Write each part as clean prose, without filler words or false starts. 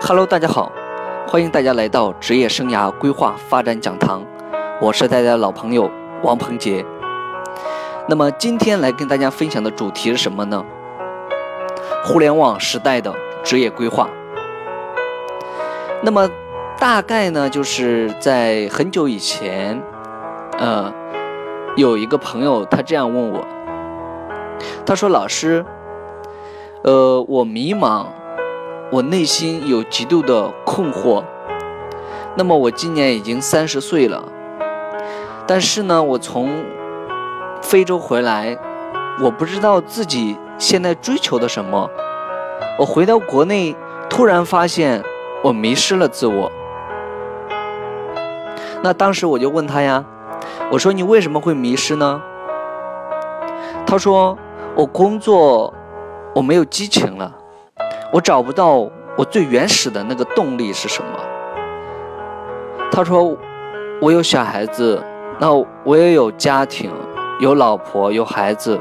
Hello， 大家好，欢迎大家来到职业生涯规划发展讲堂，我是大家的老朋友王鹏杰。那么今天来跟大家分享的主题是什么呢？互联网时代的职业规划。那么大概呢，就是在很久以前，有一个朋友他这样问我，他说：“老师，我迷茫。”我内心有极度的困惑。那么我今年已经30岁了，但是呢，我从非洲回来，我不知道自己现在追求的什么。我回到国内，突然发现我迷失了自我。那当时我就问他呀，我说你为什么会迷失呢？他说我工作我没有激情了。我找不到我最原始的那个动力是什么。他说我有小孩子，那我也有家庭，有老婆，有孩子。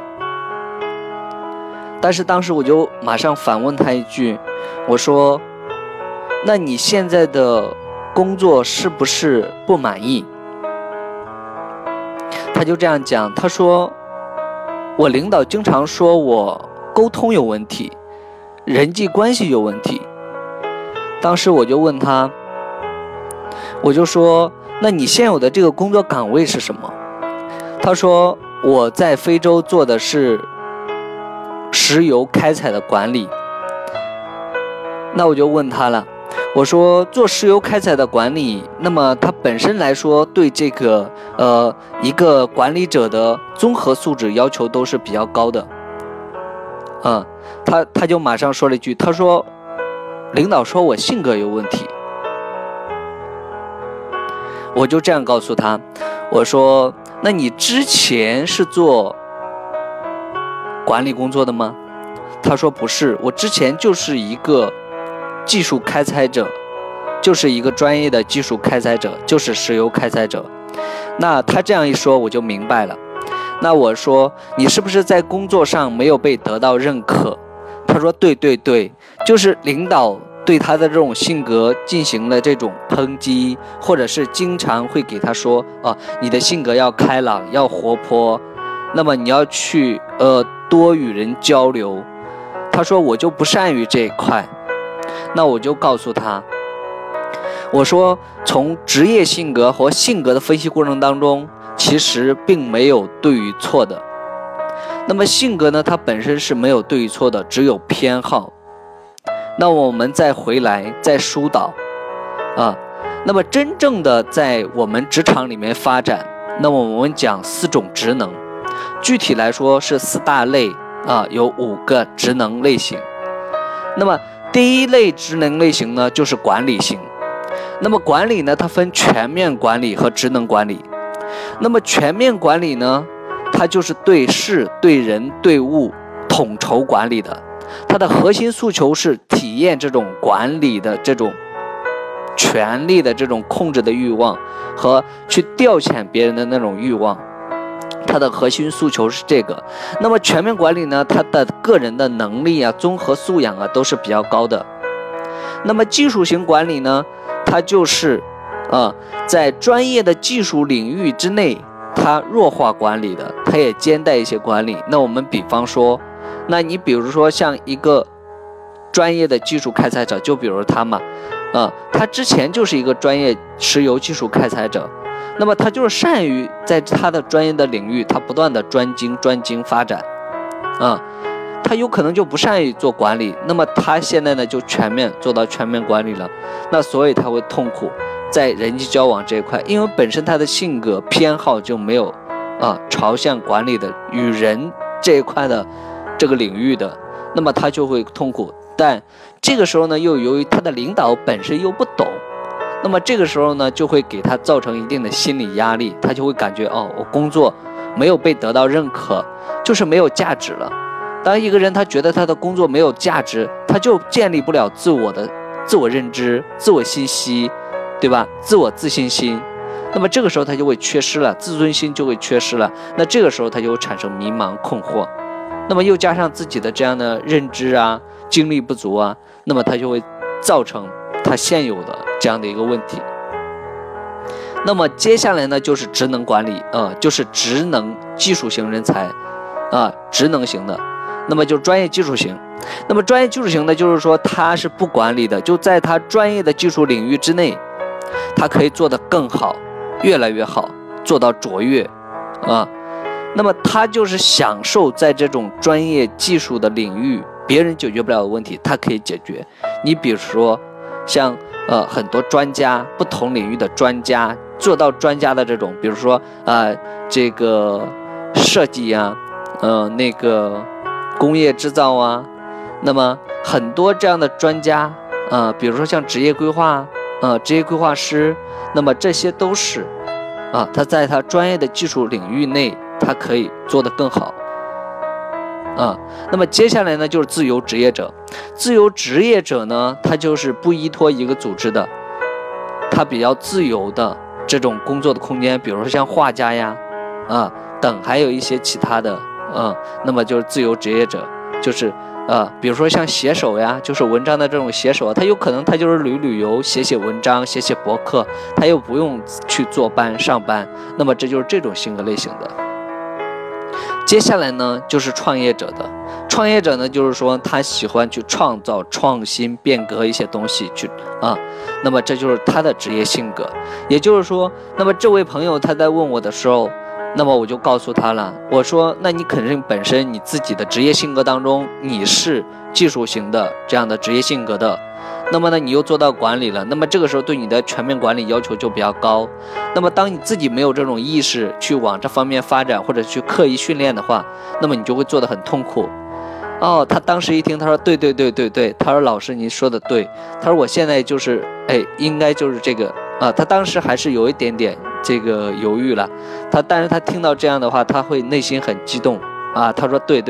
但是当时我就马上反问他一句，我说那你现在的工作是不是不满意？他就这样讲，他说我领导经常说我沟通有问题，人际关系有问题。当时我就问他，我就说那你现有的这个工作岗位是什么？他说我在非洲做的是石油开采的管理。那我就问他了，我说做石油开采的管理，那么它本身来说对这个一个管理者的综合素质要求都是比较高的。他就马上说了一句，他说领导说我性格有问题。我就这样告诉他，我说那你之前是做管理工作的吗？他说不是，我之前就是一个技术开采者，就是一个专业的技术开采者，就是石油开采者。那他这样一说我就明白了。那我说你是不是在工作上没有被得到认可？他说对，就是领导对他的这种性格进行了这种抨击，或者是经常会给他说你的性格要开朗，要活泼，那么你要去多与人交流。他说我就不善于这一块。那我就告诉他，我说从职业性格和性格的分析过程当中，其实并没有对与错的。那么性格呢，它本身是没有对与错的，只有偏好。那我们再回来再疏导那么真正的在我们职场里面发展，那么我们讲4种职能，具体来说是4大类有5个职能类型。那么第一类职能类型呢，就是管理型。那么管理呢，它分全面管理和职能管理。那么全面管理呢，它就是对事、对人、对物统筹管理的，它的核心诉求是体验这种管理的这种权力的这种控制的欲望和去调遣别人的那种欲望，它的核心诉求是这个。那么全面管理呢，它的个人的能力综合素养都是比较高的。那么技术型管理呢，它就是在专业的技术领域之内，它弱化管理的，它也兼带一些管理。那我们比方说，那你比如说像一个专业的技术开采者，就比如他嘛，他之前就是一个专业石油技术开采者，那么他就是善于在他的专业的领域，他不断的专精发展，他有可能就不善于做管理，那么他现在呢就做到全面管理了，那所以他会痛苦在人际交往这一块，因为本身他的性格偏好就没有朝向管理的与人这一块的这个领域的，那么他就会痛苦。但这个时候呢，又由于他的领导本身又不懂，那么这个时候呢就会给他造成一定的心理压力，他就会感觉我工作没有被得到认可，就是没有价值了。当一个人他觉得他的工作没有价值，他就建立不了自我认知、自我信息，对吧？自我自信心。那么这个时候他就会缺失了，自尊心就会缺失了。那这个时候他就会产生迷茫困惑。那么又加上自己的这样的认知精力不足那么他就会造成它现有的这样的一个问题。那么接下来呢，就是职能管理，就是职能技术型人才，职能型的，那么就是专业技术型。那么专业技术型呢，就是说他是不管理的，就在他专业的技术领域之内，他可以做得更好，越来越好，做到卓越，那么他就是享受在这种专业技术的领域，别人解决不了的问题，他可以解决。你比如说，像很多专家，不同领域的专家，做到专家的这种，比如说这个设计啊，那个工业制造啊，那么很多这样的专家，比如说像职业规划，职业规划师，那么这些都是他在他专业的技术领域内，他可以做得更好。那么接下来呢，就是自由职业者。自由职业者呢，他就是不依托一个组织的，他比较自由的这种工作的空间，比如说像画家呀，等，还有一些其他的，那么就是自由职业者，就是比如说像写手呀，就是文章的这种写手，他有可能他就是旅游，写文章，写博客，他又不用去坐班上班，那么这就是这种性格类型的。接下来呢，就是创业者的。创业者呢，就是说他喜欢去创造、创新、变革一些东西去那么这就是他的职业性格。也就是说，那么这位朋友他在问我的时候，那么我就告诉他了，我说那你肯定本身你自己的职业性格当中，你是技术型的这样的职业性格的，那么呢你又做到管理了，那么这个时候对你的全面管理要求就比较高。那么当你自己没有这种意识去往这方面发展，或者去刻意训练的话，那么你就会做得很痛苦。他当时一听，他说对，他说老师您说的对，他说我现在就是应该就是这个他当时还是有一点点这个犹豫了，但是他听到这样的话，他会内心很激动他说对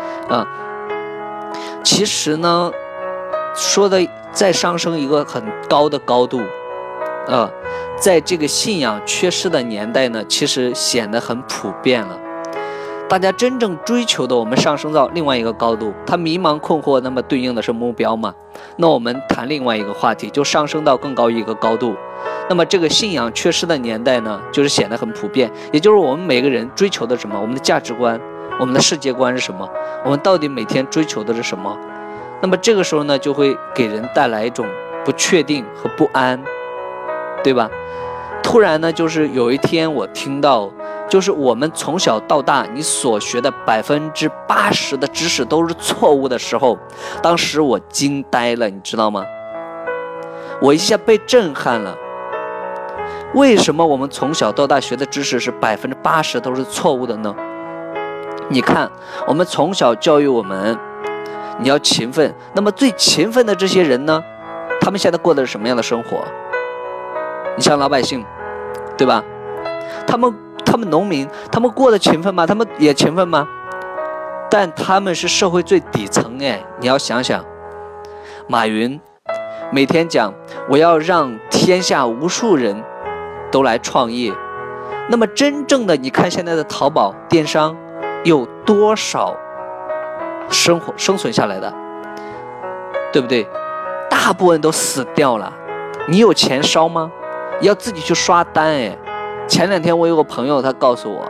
其实呢，说的再上升一个很高的高度在这个信仰缺失的年代呢，其实显得很普遍了。大家真正追求的，我们上升到另外一个高度，他迷茫困惑，那么对应的是目标嘛。那我们谈另外一个话题，就上升到更高一个高度。那么这个信仰缺失的年代呢，就是显得很普遍，也就是我们每个人追求的什么，我们的价值观，我们的世界观是什么，我们到底每天追求的是什么。那么这个时候呢，就会给人带来一种不确定和不安，对吧？突然呢，就是有一天我听到，就是我们从小到大你所学的80%的知识都是错误的时候，当时我惊呆了，你知道吗？我一下被震撼了。为什么我们从小到大学的知识是80%都是错误的呢？你看，我们从小教育我们你要勤奋，那么最勤奋的这些人呢，他们现在过的是什么样的生活？你像老百姓，对吧？他们农民，他们过得勤奋吗？他们也勤奋吗？但他们是社会最底层你要想想，马云每天讲我要让天下无数人都来创业，那么真正的你看现在的淘宝电商有多少生存下来的，对不对？大部分都死掉了。你有钱烧吗？要自己去刷单前2天我有个朋友，他告诉我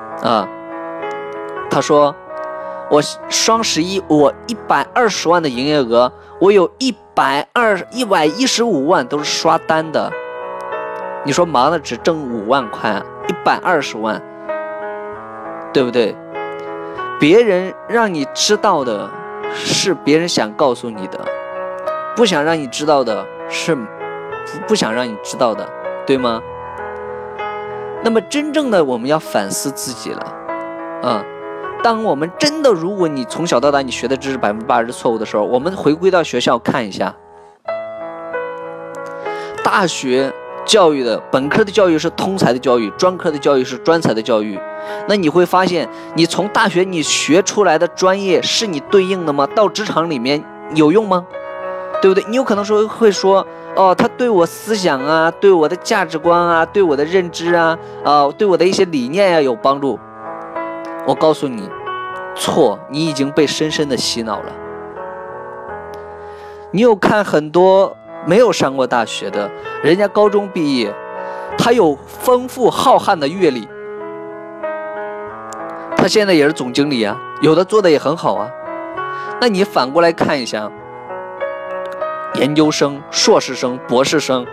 他说我双11我120万的营业额，我有115万都是刷单的。你说忙的只挣5万块120万，对不对？别人让你知道的是别人想告诉你的，不想让你知道的是不想让你知道的，对吗？那么真正的我们要反思自己了当我们真的，如果你从小到大你学的知识80%是错误的时候，我们回归到学校看一下，大学教育的本科的教育是通才的教育，专科的教育是专才的教育。那你会发现，你从大学你学出来的专业是你对应的吗？到职场里面有用吗？对不对？你有可能会说他对我思想对我的价值观对我的认知对我的一些理念有帮助。我告诉你，错，你已经被深深的洗脑了。你有看很多没有上过大学的，人家高中毕业，他有丰富浩瀚的阅历，他现在也是总经理啊，有的做的也很好啊。那你反过来看一下，研究生、硕士生、博士生，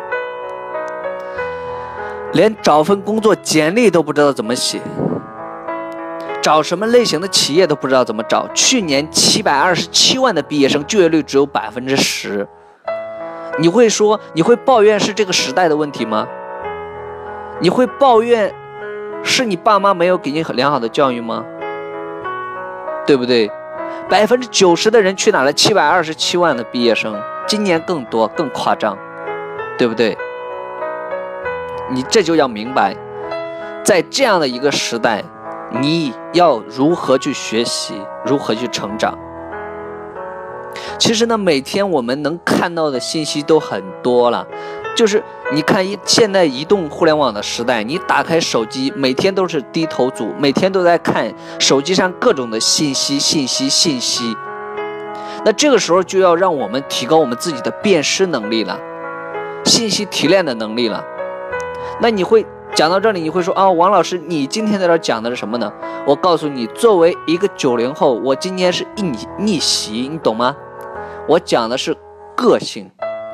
连找份工作简历都不知道怎么写，找什么类型的企业都不知道怎么找。去年727万的毕业生，就业率只有10%。你会抱怨是这个时代的问题吗？你会抱怨是你爸妈没有给你良好的教育吗？对不对？90%的人去哪了？727万的毕业生，今年更多更夸张，对不对？你这就要明白，在这样的一个时代，你要如何去学习，如何去成长。其实呢，每天我们能看到的信息都很多了，就是你看现在移动互联网的时代，你打开手机，每天都是低头族，每天都在看手机上各种的信息。那这个时候就要让我们提高我们自己的辨识能力了，信息提炼的能力了。那你会讲到这里，你会说啊，王老师，你今天在这讲的是什么呢？我告诉你，作为一个90后，我今年是逆袭，你懂吗？我讲的是个性，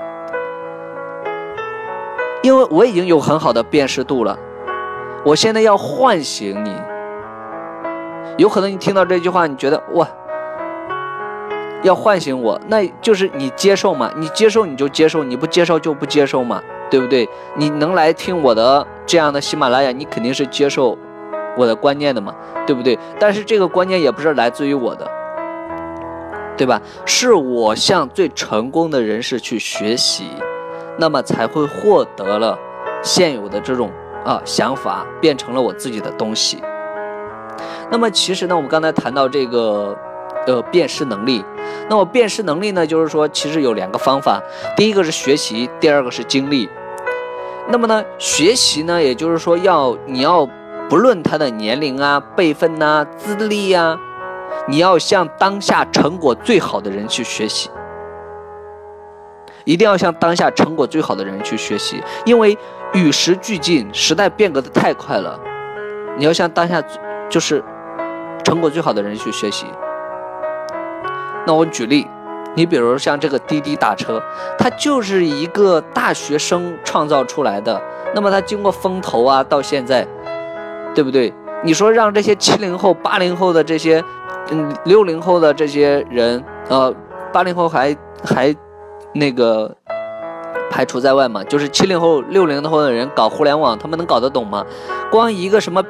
因为我已经有很好的辨识度了，我现在要唤醒你。有可能你听到这句话，你觉得哇，要唤醒我，那就是你接受嘛，你接受你就接受，你不接受就不接受嘛，对不对？你能来听我的这样的喜马拉雅，你肯定是接受我的观念的嘛，对不对？但是这个观念也不是来自于我的，对吧？是我向最成功的人士去学习，那么才会获得了现有的这种想法，变成了我自己的东西。那么其实呢，我们刚才谈到这个辨识能力，那么辨识能力呢，就是说其实有2个方法，第一个是学习，第2个是经历。那么呢，学习呢，也就是说你要不论他的年龄啊、辈分啊、资历啊，你要向当下成果最好的人去学习，一定要向当下成果最好的人去学习，因为与时俱进，时代变革的太快了，你要向当下就是成果最好的人去学习。那我举例，你比如像这个滴滴打车，它就是一个大学生创造出来的，那么它经过风投啊，到现在，对不对？你说让这些70后、80后的这些60后的这些人，80后还那个排除在外嘛，就是70后、60后的人搞互联网，他们能搞得懂吗？光一个什么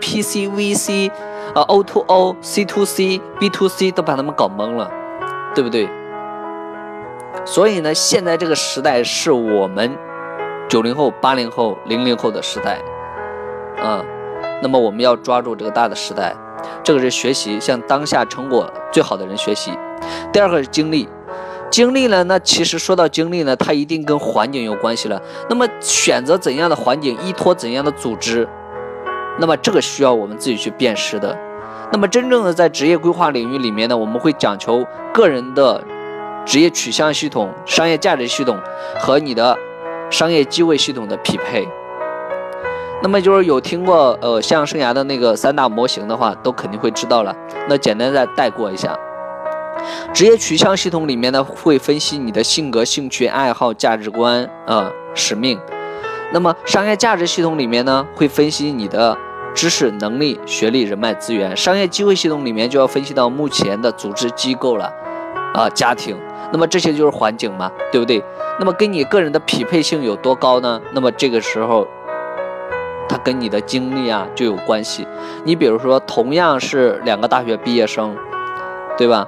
PC、VC、O2O、C2C、B2C 都把他们搞懵了，对不对？所以呢，现在这个时代是我们90后、80后、00后的时代，那么我们要抓住这个大的时代，这个是学习，向当下成果最好的人学习。第2个是经历。经历呢，那其实说到经历呢，它一定跟环境有关系了。那么选择怎样的环境，依托怎样的组织，那么这个需要我们自己去辨识的。那么真正的在职业规划领域里面呢，我们会讲求个人的职业取向系统、商业价值系统和你的商业机会系统的匹配。那么就是有听过相声涯的那个3大模型的话，都肯定会知道了。那简单再带过一下。职业取向系统里面呢，会分析你的性格、兴趣、爱好、价值观、使命。那么商业价值系统里面呢，会分析你的知识、能力、学历、人脉资源。商业机会系统里面就要分析到目前的组织机构了，家庭。那么这些就是环境嘛，对不对？那么跟你个人的匹配性有多高呢？那么这个时候它跟你的经历啊就有关系。你比如说同样是2个大学毕业生，对吧？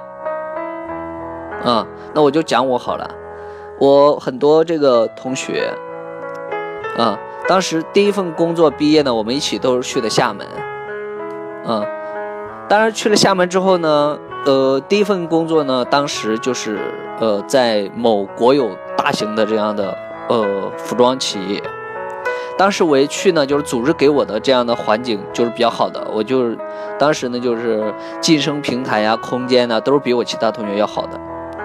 那我就讲我好了。我很多这个同学当时第一份工作毕业呢，我们一起都是去的厦门。当然去了厦门之后呢，第一份工作呢，当时就是在某国有大型的这样的服装企业。当时我一去呢，就是组织给我的这样的环境就是比较好的，我就是当时呢就是晋升平台呀、空间呢，都是比我其他同学要好的。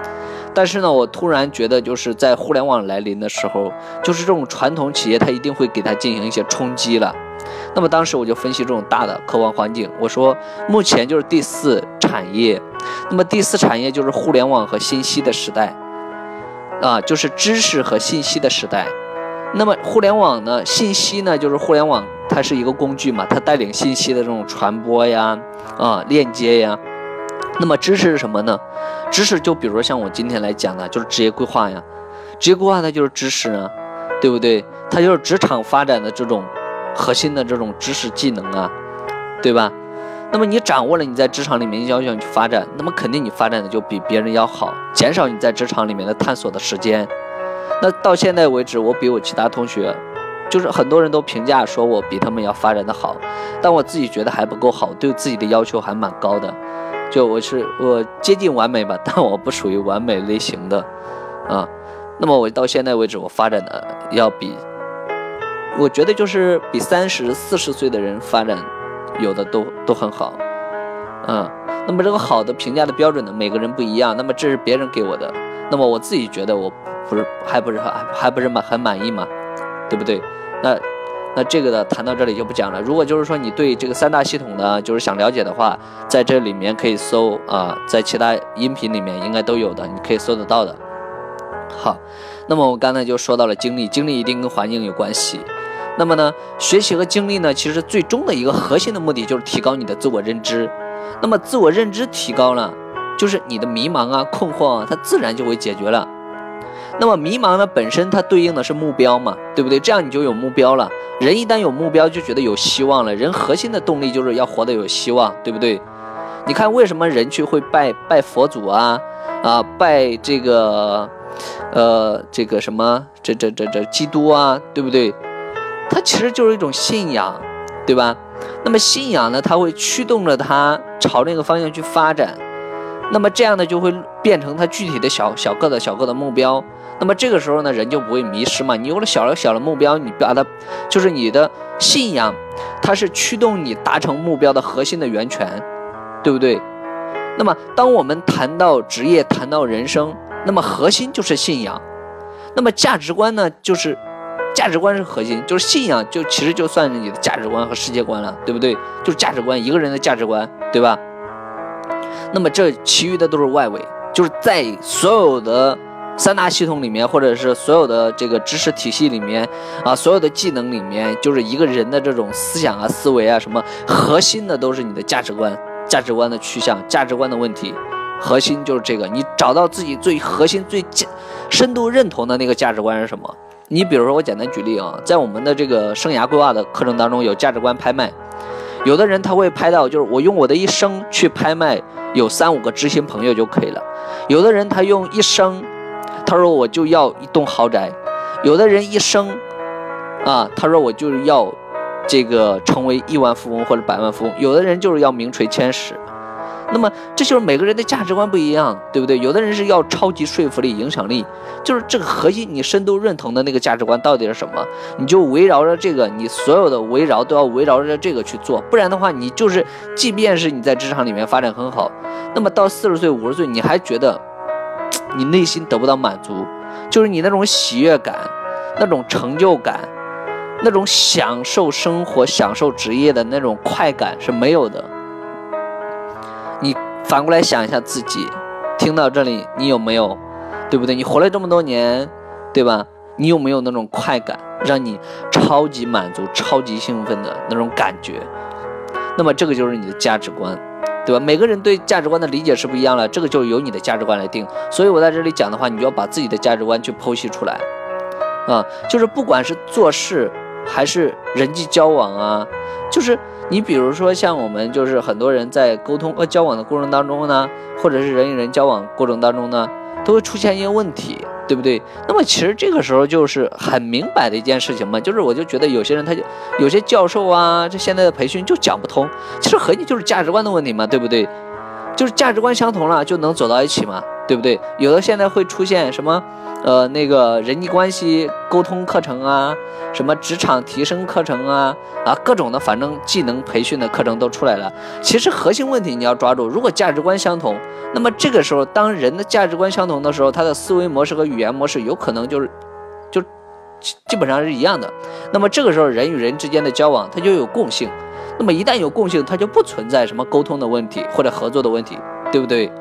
但是呢，我突然觉得，就是在互联网来临的时候，就是这种传统企业它一定会给它进行一些冲击了。那么当时我就分析这种大的客观环境，我说目前就是第4产业，那么第4产业就是互联网和信息的时代，就是知识和信息的时代。那么互联网呢，信息呢，就是互联网它是一个工具嘛，它带领信息的这种传播呀，链接呀。那么知识是什么呢？知识就比如说像我今天来讲的，就是职业规划呀，职业规划它就是知识啊，对不对？它就是职场发展的这种核心的这种知识技能啊，对吧？那么你掌握了，你在职场里面要去发展，那么肯定你发展的就比别人要好，减少你在职场里面的探索的时间。那到现在为止，我比我其他同学，就是很多人都评价说我比他们要发展的好，但我自己觉得还不够好，对自己的要求还蛮高的。就我接近完美吧，但我不属于完美类型的那么我到现在为止，我发展的要比，我觉得就是比30、40岁的人发展有的都很好那么这个好的评价的标准呢，每个人不一样，那么这是别人给我的，那么我自己觉得我还不是很满意嘛，对不对？那这个呢，谈到这里就不讲了。如果就是说你对这个3大系统呢，就是想了解的话，在这里面可以搜在其他音频里面应该都有的，你可以搜得到的。好，那么我刚才就说到了经历一定跟环境有关系。那么呢，学习和经历呢，其实最终的一个核心的目的就是提高你的自我认知。那么自我认知提高了，就是你的迷茫啊、困惑啊，它自然就会解决了。那么迷茫呢，本身它对应的是目标嘛，对不对？这样你就有目标了。人一旦有目标，就觉得有希望了。人核心的动力就是要活得有希望，对不对？你看为什么人去会拜佛祖拜这个什么这基督啊，对不对？它其实就是一种信仰，对吧？那么信仰呢，它会驱动着它朝那个方向去发展。那么这样呢，就会变成它具体的小个的目标。那么这个时候呢，人就不会迷失嘛。你有了小的目标，你把它，就是你的信仰，它是驱动你达成目标的核心的源泉，对不对？那么当我们谈到职业，谈到人生，那么核心就是信仰。那么价值观呢，就是价值观是核心，就是信仰其实就算是你的价值观和世界观了，对不对？就是价值观，一个人的价值观，对吧？那么这其余的都是外围，就是在所有的3大系统里面，或者是所有的这个知识体系里面所有的技能里面，就是一个人的这种思想啊、思维啊，什么核心的都是你的价值观的趋向、价值观的问题，核心就是这个。你找到自己最核心、最深度认同的那个价值观是什么？你比如说，我简单举例在我们的这个生涯规划的课程当中，有价值观拍卖。有的人他会拍到，就是我用我的一生去拍卖有3、5个知心朋友就可以了。有的人他用一生，他说我就要一栋豪宅。有的人一生他说我就是要这个成为亿万富翁或者百万富翁。有的人就是要名垂千史。那么这就是每个人的价值观不一样，对不对？有的人是要超级说服力、影响力，就是这个核心你深度认同的那个价值观到底是什么，你就围绕着这个，你所有的围绕都要围绕着这个去做，不然的话，你就是即便是你在职场里面发展很好，那么到40岁、50岁，你还觉得你内心得不到满足，就是你那种喜悦感、那种成就感、那种享受生活、享受职业的那种快感是没有的。你反过来想一下自己，听到这里你有没有，对不对？你活了这么多年，对吧？你有没有那种快感，让你超级满足、超级兴奋的那种感觉？那么这个就是你的价值观，对吧？每个人对价值观的理解是不一样了，这个就由你的价值观来定。所以我在这里讲的话，你就要把自己的价值观去剖析出来就是不管是做事还是人际交往就是你比如说像我们就是很多人在沟通和交往的过程当中呢，或者是人与人交往过程当中呢，都会出现一个问题，对不对？那么其实这个时候就是很明白的一件事情嘛，就是我就觉得有些人有些教授这现在的培训就讲不通，其实核心就是价值观的问题嘛，对不对？ 就是价值观相同了就能走到一起嘛，对不对？有的现在会出现什么那个人际关系沟通课程啊，什么职场提升课程啊，各种的反正技能培训的课程都出来了。其实核心问题你要抓住，如果价值观相同，那么这个时候当人的价值观相同的时候，他的思维模式和语言模式有可能就基本上是一样的。那么这个时候人与人之间的交往它就有共性，那么一旦有共性，它就不存在什么沟通的问题或者合作的问题，对不对？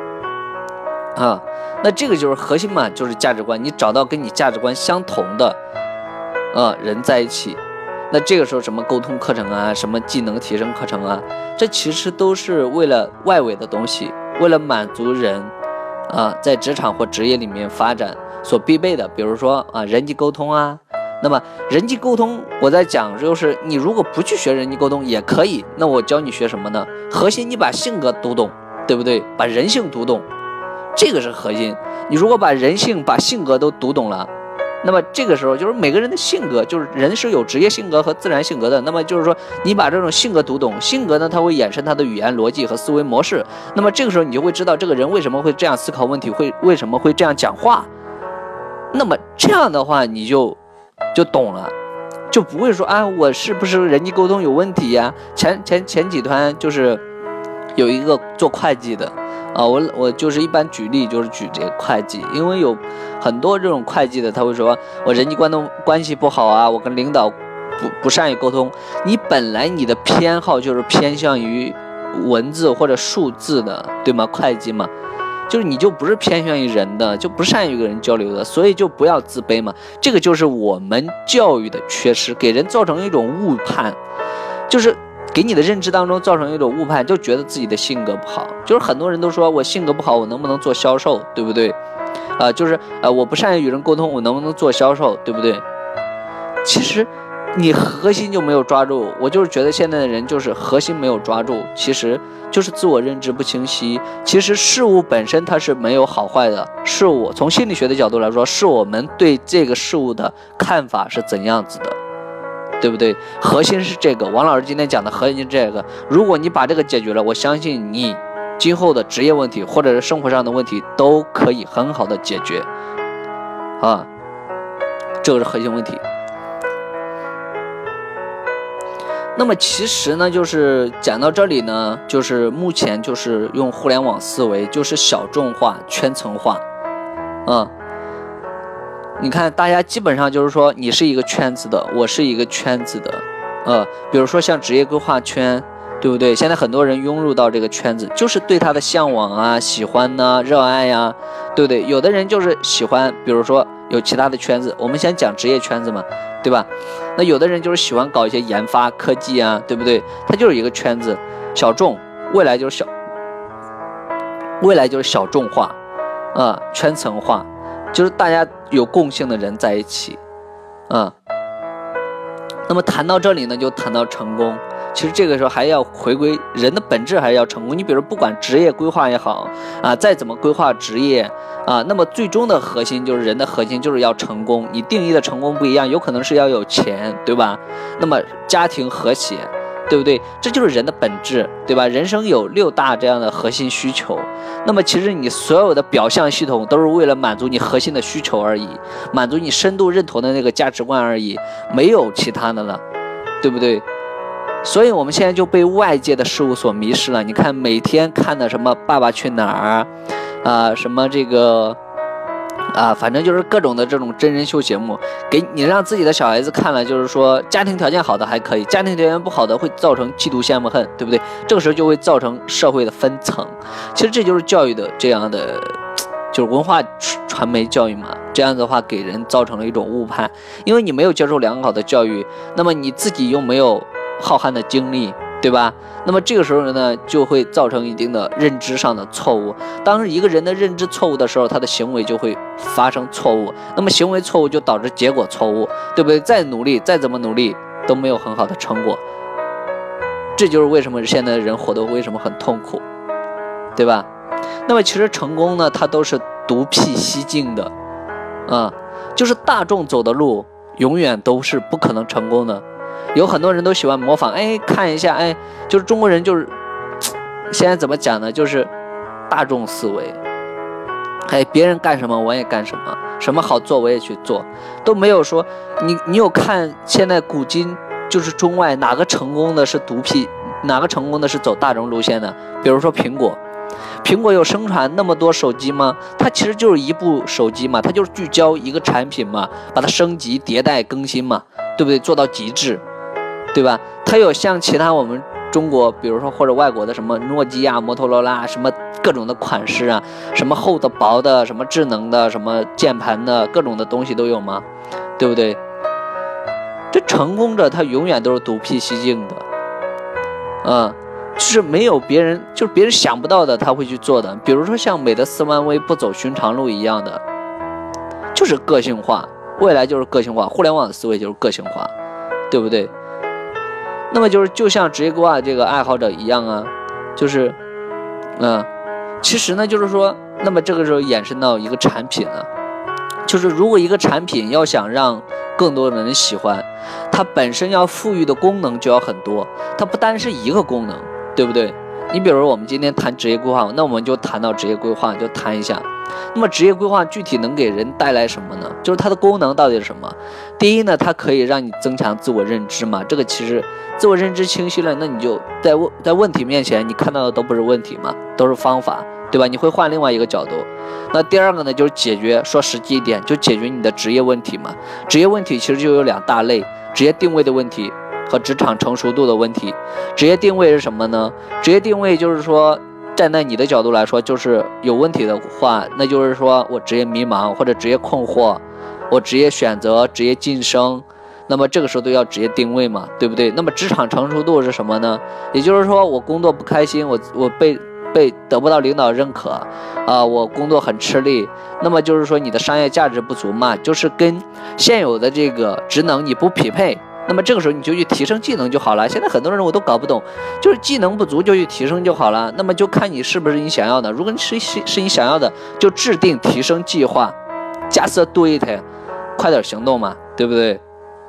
那这个就是核心嘛，就是价值观，你找到跟你价值观相同的人在一起，那这个时候什么沟通课程啊，什么技能提升课程啊，这其实都是为了外围的东西，为了满足人在职场或职业里面发展所必备的，比如说人际沟通啊。那么人际沟通我在讲，就是你如果不去学人际沟通也可以，那我教你学什么呢？核心你把性格读懂，对不对？把人性读懂，这个是核心。你如果把人性把性格都读懂了，那么这个时候就是每个人的性格，就是人是有职业性格和自然性格的，那么就是说你把这种性格读懂，性格呢它会衍生他的语言逻辑和思维模式，那么这个时候你就会知道这个人为什么会这样思考问题，为什么会这样讲话，那么这样的话你就懂了，就不会说我是不是人际沟通有问题呀？前几天就是有一个做会计的我就是一般举例就是举这个会计，因为有很多这种会计的他会说我人际关系不好啊，我跟领导不善于沟通。你本来你的偏好就是偏向于文字或者数字的，对吗？会计嘛，就是你就不是偏向于人的，就不善于跟人交流的，所以就不要自卑嘛。这个就是我们教育的缺失，给人造成一种误判，就是给你的认知当中造成一种误判，就觉得自己的性格不好。就是很多人都说我性格不好，我能不能做销售，对不对？就是我不善于与人沟通，我能不能做销售，对不对？其实你核心就没有抓住，我就是觉得现在的人就是核心没有抓住，其实就是自我认知不清晰。其实事物本身它是没有好坏的，是我从心理学的角度来说，是我们对这个事物的看法是怎样子的，对不对？核心是这个，王老师今天讲的核心是这个。如果你把这个解决了，我相信你今后的职业问题或者是生活上的问题都可以很好的解决这个是核心问题。那么其实呢，就是讲到这里呢，就是目前就是用互联网思维，就是小众化、圈层化你看大家基本上就是说你是一个圈子的，我是一个圈子的比如说像职业规划圈，对不对？现在很多人涌入到这个圈子，就是对他的向往啊、喜欢呐、热爱呀，对不对？有的人就是喜欢，比如说有其他的圈子，我们先讲职业圈子嘛，对吧？那有的人就是喜欢搞一些研发科技啊，对不对？他就是一个圈子，小众，未来就是小众化圈层化，就是大家有共性的人在一起那么谈到这里呢，就谈到成功。其实这个时候还要回归人的本质，还是要成功。你比如不管职业规划也好再怎么规划职业那么最终的核心就是人的核心就是要成功。你定义的成功不一样，有可能是要有钱，对吧？那么家庭和谐，对不对？这就是人的本质，对吧？人生有6大这样的核心需求，那么其实你所有的表象系统都是为了满足你核心的需求而已，满足你深度认同的那个价值观而已，没有其他的了，对不对？所以我们现在就被外界的事物所迷失了。你看每天看的什么爸爸去哪儿什么这个反正就是各种的这种真人秀节目，给你让自己的小孩子看了，就是说家庭条件好的还可以，家庭条件不好的会造成嫉妒羡慕恨，对不对？这个时候就会造成社会的分层。其实这就是教育的这样的，就是文化传媒教育嘛。这样的话给人造成了一种误判，因为你没有接受良好的教育，那么你自己又没有浩瀚的精力，对吧？那么这个时候呢，就会造成一定的认知上的错误。当一个人的认知错误的时候，他的行为就会发生错误，那么行为错误就导致结果错误，对不对？再努力，再怎么努力都没有很好的成果。这就是为什么现在的人活得为什么很痛苦，对吧？那么其实成功呢，它都是独辟蹊径的就是大众走的路永远都是不可能成功的。有很多人都喜欢模仿，看一下，就是中国人就是现在怎么讲呢？就是大众思维，哎，别人干什么我也干什么，什么好做我也去做，都没有说你有看现在古今就是中外哪个成功的是独辟，哪个成功的是走大众路线的？比如说苹果有生产那么多手机吗？它其实就是一部手机嘛，它就是聚焦一个产品嘛，把它升级迭代更新嘛，对不对？做到极致，对吧？它有像其他我们中国，比如说或者外国的什么诺基亚、摩托罗拉，什么各种的款式啊，什么厚的、薄的，什么智能的，什么键盘的，各种的东西都有吗？对不对？这成功者他永远都是独辟蹊径的，就是没有别人，就是别人想不到的他会去做的。比如说像美的斯万威不走寻常路一样的，就是个性化，未来就是个性化，互联网的思维就是个性化，对不对？那么就像职业规划这个爱好者一样啊，就是其实呢就是说，那么这个时候衍生到一个产品了，就是如果一个产品要想让更多的人喜欢，它本身要赋予的功能就要很多，它不单是一个功能，对不对？你比如说我们今天谈职业规划，那我们就谈到职业规划，就谈一下，那么职业规划具体能给人带来什么呢？就是它的功能到底是什么？第一呢，它可以让你增强自我认知嘛，这个其实自我认知清晰了，那你就在问题面前，你看到的都不是问题嘛，都是方法，对吧？你会换另外一个角度。那第二个呢，就是解决，说实际一点，就解决你的职业问题嘛。职业问题其实就有两大类，职业定位的问题和职场成熟度的问题。职业定位是什么呢？职业定位就是说，站在你的角度来说，就是有问题的话，那就是说我职业迷茫或者职业困惑，我职业选择、职业晋升，那么这个时候都要职业定位嘛，对不对？那么职场成熟度是什么呢？也就是说我工作不开心，我被得不到领导认可我工作很吃力，那么就是说你的商业价值不足嘛，就是跟现有的这个职能你不匹配，那么这个时候你就去提升技能就好了。现在很多人我都搞不懂，就是技能不足就去提升就好了，那么就看你是不是你想要的，如果你是你想要的，就制定提升计划，just do it， 快点行动嘛，对不对？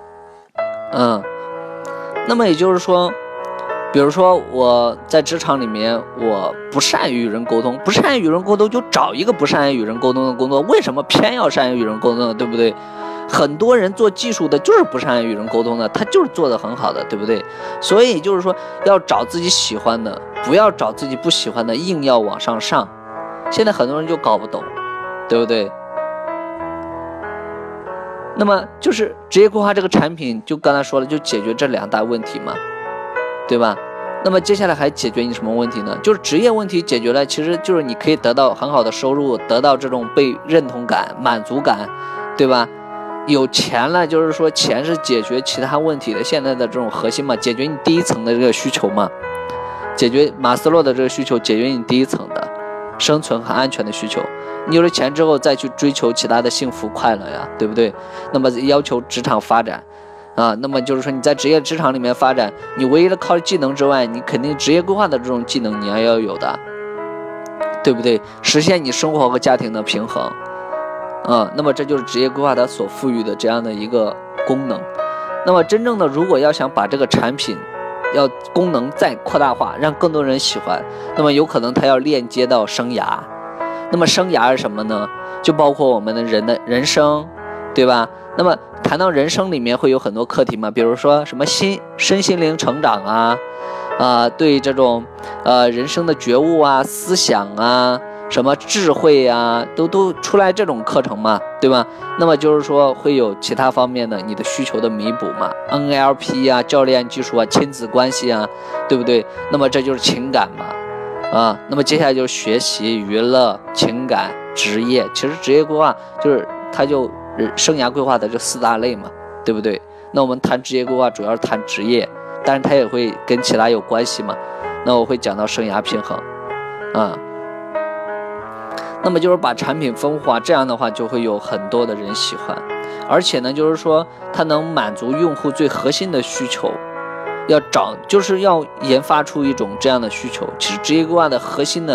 那么也就是说，比如说我在职场里面我不善于与人沟通，不善于与人沟通就找一个不善于与人沟通的工作，为什么偏要善于与人沟通的，对不对？很多人做技术的就是不善于与人沟通的，他就是做得很好的，对不对？所以就是说要找自己喜欢的，不要找自己不喜欢的硬要往上上，现在很多人就搞不懂，对不对？那么就是职业规划这个产品，就刚才说了，就解决这两大问题嘛，对吧？那么接下来还解决你什么问题呢？就是职业问题解决了，其实就是你可以得到很好的收入，得到这种被认同感、满足感，对吧？有钱了，就是说钱是解决其他问题的现在的这种核心嘛，解决你第一层的这个需求嘛，解决马斯洛的这个需求，解决你第一层的生存和安全的需求。你有了钱之后再去追求其他的幸福快乐呀，对不对？那么要求职场发展那么就是说你在职场里面发展，你唯一的靠技能之外，你肯定职业规划的这种技能你要有的，对不对？实现你生活和家庭的平衡那么这就是职业规划它所赋予的这样的一个功能。那么真正的如果要想把这个产品要功能再扩大化，让更多人喜欢，那么有可能它要链接到生涯。那么生涯是什么呢？就包括我们的人生，对吧？那么谈到人生里面会有很多课题嘛，比如说什么身心灵成长对这种人生的觉悟思想什么智慧都出来这种课程嘛，对吧？那么就是说会有其他方面的你的需求的弥补嘛， NLP 教练技术亲子关系对不对？那么这就是情感嘛那么接下来就是学习、娱乐、情感、职业。其实职业规划就是它就生涯规划的这4大类嘛，对不对？那我们谈职业规划主要是谈职业，但是它也会跟其他有关系嘛。那我会讲到生涯平衡那么就是把产品分化，这样的话就会有很多的人喜欢，而且呢就是说它能满足用户最核心的需求，就是要研发出一种这样的需求。其实职业规划的核心的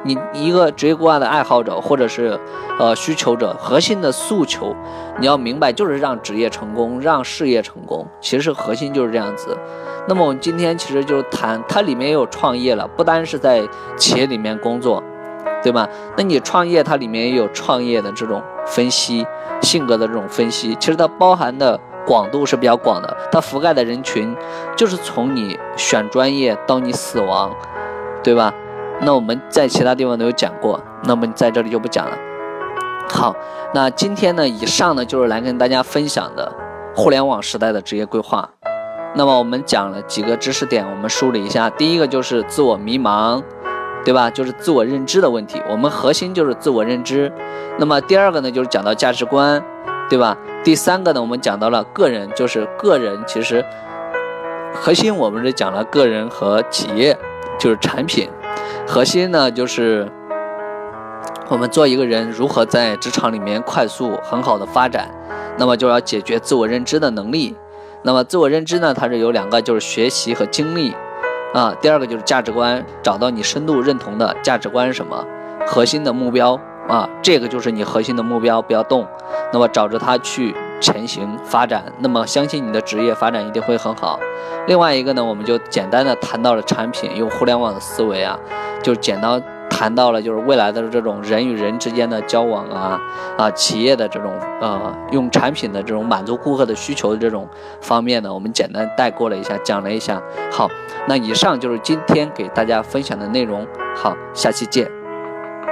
你一个职业规划的爱好者或者是需求者，核心的诉求你要明白，就是让职业成功，让事业成功，其实核心就是这样子。那么我们今天其实就谈它里面也有创业了，不单是在企业里面工作，对吧？那你创业它里面也有创业的这种分析，性格的这种分析，其实它包含的广度是比较广的，它覆盖的人群就是从你选专业到你死亡，对吧？那我们在其他地方都有讲过，那么在这里就不讲了。好，那今天呢，以上呢就是来跟大家分享的互联网时代的职业规划。那么我们讲了几个知识点，我们梳理一下。第一个就是自我迷茫，对吧？就是自我认知的问题，我们核心就是自我认知。那么第二个呢，就是讲到价值观，对吧？第三个呢，我们讲到了个人，就是个人其实核心我们是讲了个人和企业，就是产品。核心呢就是我们做一个人如何在职场里面快速很好的发展，那么就要解决自我认知的能力。那么自我认知呢，它是有两个，就是学习和经历啊。第二个就是价值观，找到你深度认同的价值观是什么，核心的目标啊，这个就是你核心的目标，不要动。那么找着它去前行发展，那么相信你的职业发展一定会很好。另外一个呢，我们就简单的谈到了产品，用互联网的思维啊，就简单谈到了就是未来的这种人与人之间的交往企业的这种用产品的这种满足顾客的需求的这种方面呢，我们简单带过了一下，讲了一下。好，那以上就是今天给大家分享的内容。好，下期见。